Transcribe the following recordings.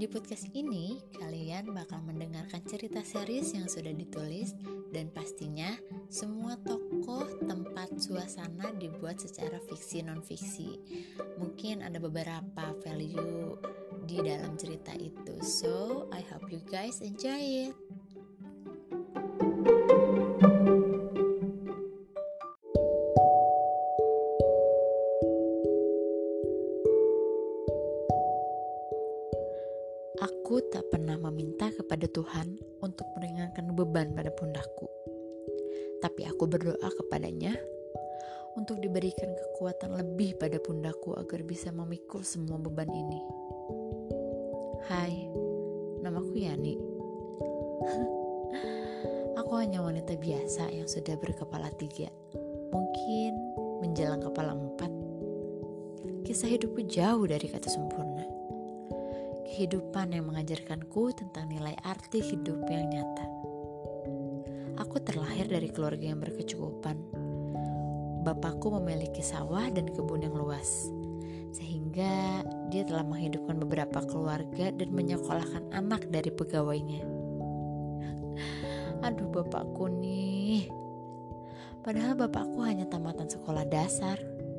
Di podcast ini, kalian bakal mendengarkan cerita series yang sudah ditulis dan pastinya semua tokoh, tempat, suasana dibuat secara fiksi non-fiksi. Mungkin ada beberapa value di dalam cerita itu. So, I hope you guys enjoy it. Aku tak pernah meminta kepada Tuhan untuk meringankan beban pada pundakku. Tapi aku berdoa kepadanya untuk diberikan kekuatan lebih pada pundakku agar bisa memikul semua beban ini. Hai, namaku Yani. Aku hanya wanita biasa yang sudah berkepala 3, mungkin menjelang kepala 4. Kisah hidupku jauh dari kata sempurna. Kehidupan yang mengajarkanku tentang nilai arti hidup yang nyata. Aku terlahir dari keluarga yang berkecukupan. Bapakku memiliki sawah dan kebun yang luas, sehingga dia telah menghidupkan beberapa keluarga dan menyekolahkan anak dari pegawainya. Aduh, bapakku nih. Padahal bapakku hanya tamatan sekolah dasar.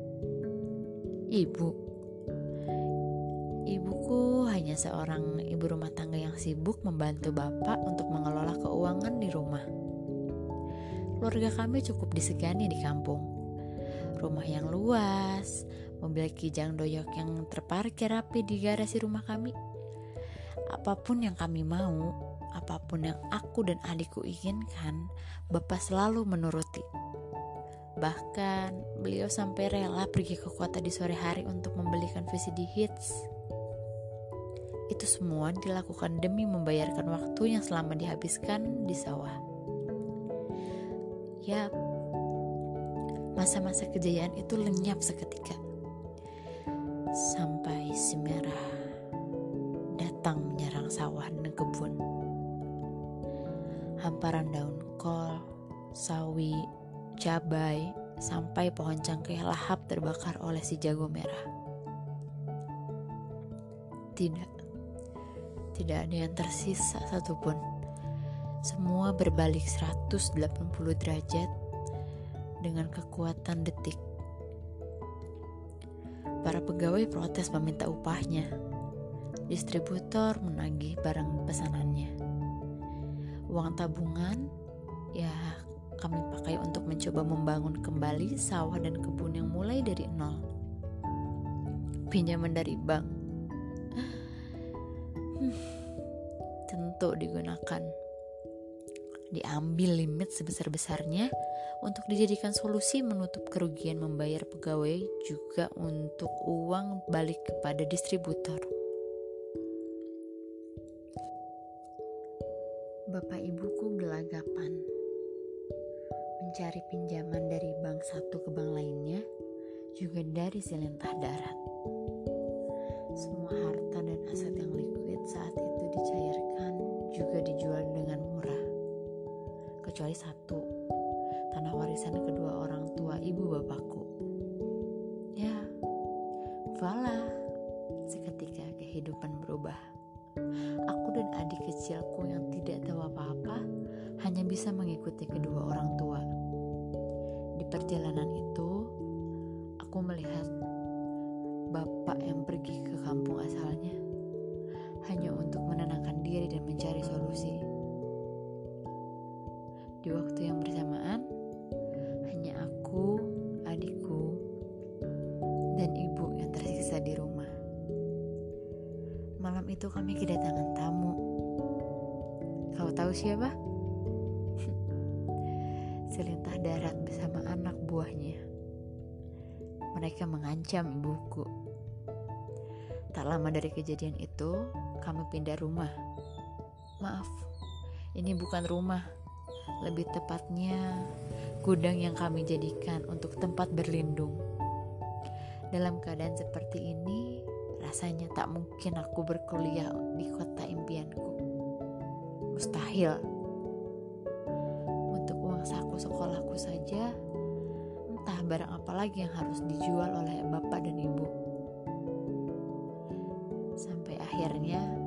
Ibuku hanya seorang ibu rumah tangga yang sibuk membantu bapak untuk mengelola keuangan di rumah. Keluarga kami cukup disegani di kampung. Rumah yang luas, mobil kijang doyok yang terparkir rapi di garasi rumah kami. Apapun yang kami mau, apapun yang aku dan adikku inginkan, bapak selalu menuruti. Bahkan beliau sampai rela pergi ke kota di sore hari untuk membelikan VCD hits. Itu semua dilakukan demi membayarkan waktu yang selama dihabiskan di sawah. Yap, masa-masa kejayaan itu lenyap seketika. Sampai si merah datang menyerang sawah dan kebun. Hamparan daun kol, sawi, cabai, sampai pohon cangkeh lahap terbakar oleh si jago merah. Tidak ada yang tersisa satupun. Semua berbalik 180 derajat dengan kekuatan detik. Para pegawai protes meminta upahnya. Distributor menagih barang pesanannya. Uang tabungan, ya kami pakai untuk mencoba membangun kembali sawah dan kebun yang mulai dari nol. Pinjaman dari bank tentu digunakan. Diambil limit sebesar-besarnya untuk dijadikan solusi menutup kerugian membayar pegawai, juga untuk uang balik kepada distributor. Bapak ibuku gelagapan mencari pinjaman dari bank satu ke bank lainnya, juga dari silintah darat. Semua harta dan aset yang liquid saat itu dicairkan juga dijual dengan murah. Kecuali satu, tanah warisan kedua orang tua ibu bapakku. Ya, voila, seketika kehidupan berubah. Aku dan adik kecilku yang tidak tahu apa-apa hanya bisa mengikuti kedua orang tua. Di perjalanan itu, aku melihat bapak yang pergi ke kampung asalnya hanya untuk menenangkan diri dan mencari solusi. Di waktu yang bersamaan, hanya aku, adikku, dan ibu yang tersisa di rumah. Malam itu kami kedatangan tamu. Kau tahu siapa? Silintah darat bersama anak buahnya. Mereka mengancam ibuku. Tak lama dari kejadian itu, kami pindah rumah. Maaf, ini bukan rumah. Lebih tepatnya, gudang yang kami jadikan untuk tempat berlindung. Dalam keadaan seperti ini, rasanya tak mungkin aku berkuliah di kota impianku. Mustahil. Untuk uang saku sekolahku saja, entah barang apa lagi yang harus dijual oleh bapak dan ibu. Sampai akhirnya